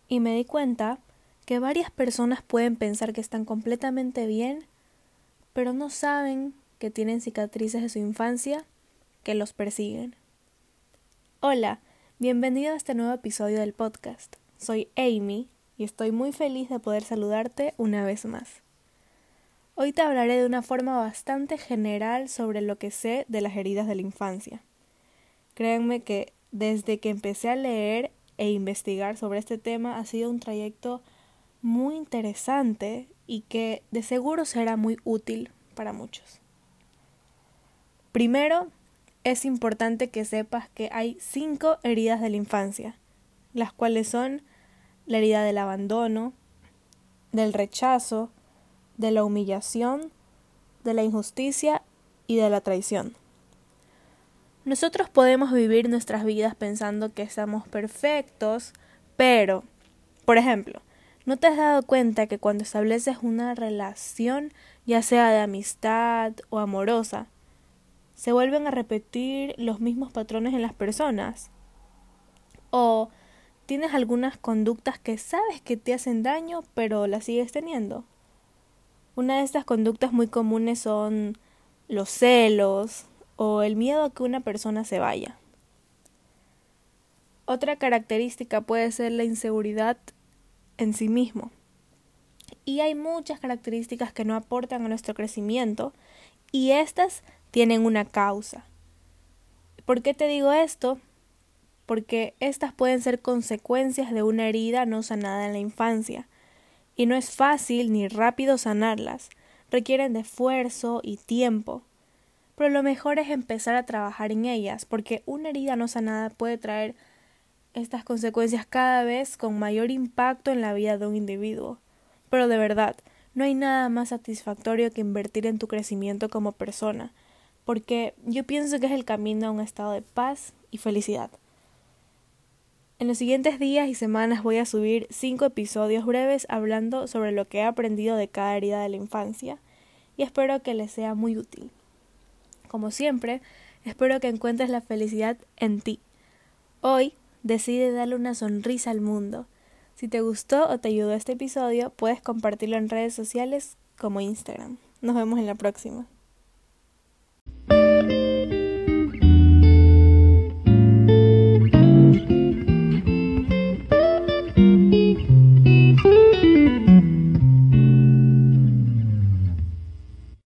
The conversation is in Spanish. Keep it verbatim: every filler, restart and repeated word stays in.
y me di cuenta que varias personas pueden pensar que están completamente bien, pero no saben que tienen cicatrices de su infancia que los persiguen. Hola, bienvenido a este nuevo episodio del podcast. Soy Amy y estoy muy feliz de poder saludarte una vez más. Hoy te hablaré de una forma bastante general sobre lo que sé de las heridas de la infancia. Créanme que desde que empecé a leer e investigar sobre este tema ha sido un trayecto muy interesante y que de seguro será muy útil para muchos. Primero, es importante que sepas que hay cinco heridas de la infancia, las cuales son la herida del abandono, del rechazo, de la humillación, de la injusticia y de la traición. Nosotros podemos vivir nuestras vidas pensando que estamos perfectos, pero, por ejemplo, ¿no te has dado cuenta que cuando estableces una relación, ya sea de amistad o amorosa, se vuelven a repetir los mismos patrones en las personas? ¿O tienes algunas conductas que sabes que te hacen daño, pero las sigues teniendo? Una de estas conductas muy comunes son los celos o el miedo a que una persona se vaya. Otra característica puede ser la inseguridad en sí mismo. Y hay muchas características que no aportan a nuestro crecimiento y estas tienen una causa. ¿Por qué te digo esto? Porque estas pueden ser consecuencias de una herida no sanada en la infancia. Y no es fácil ni rápido sanarlas. Requieren de esfuerzo y tiempo. Pero lo mejor es empezar a trabajar en ellas, porque una herida no sanada puede traer estas consecuencias cada vez con mayor impacto en la vida de un individuo. Pero de verdad, no hay nada más satisfactorio que invertir en tu crecimiento como persona, porque yo pienso que es el camino a un estado de paz y felicidad. En los siguientes días y semanas voy a subir cinco episodios breves hablando sobre lo que he aprendido de cada herida de la infancia y espero que les sea muy útil. Como siempre, espero que encuentres la felicidad en ti. Hoy, decide darle una sonrisa al mundo. Si te gustó o te ayudó este episodio, puedes compartirlo en redes sociales como Instagram. Nos vemos en la próxima.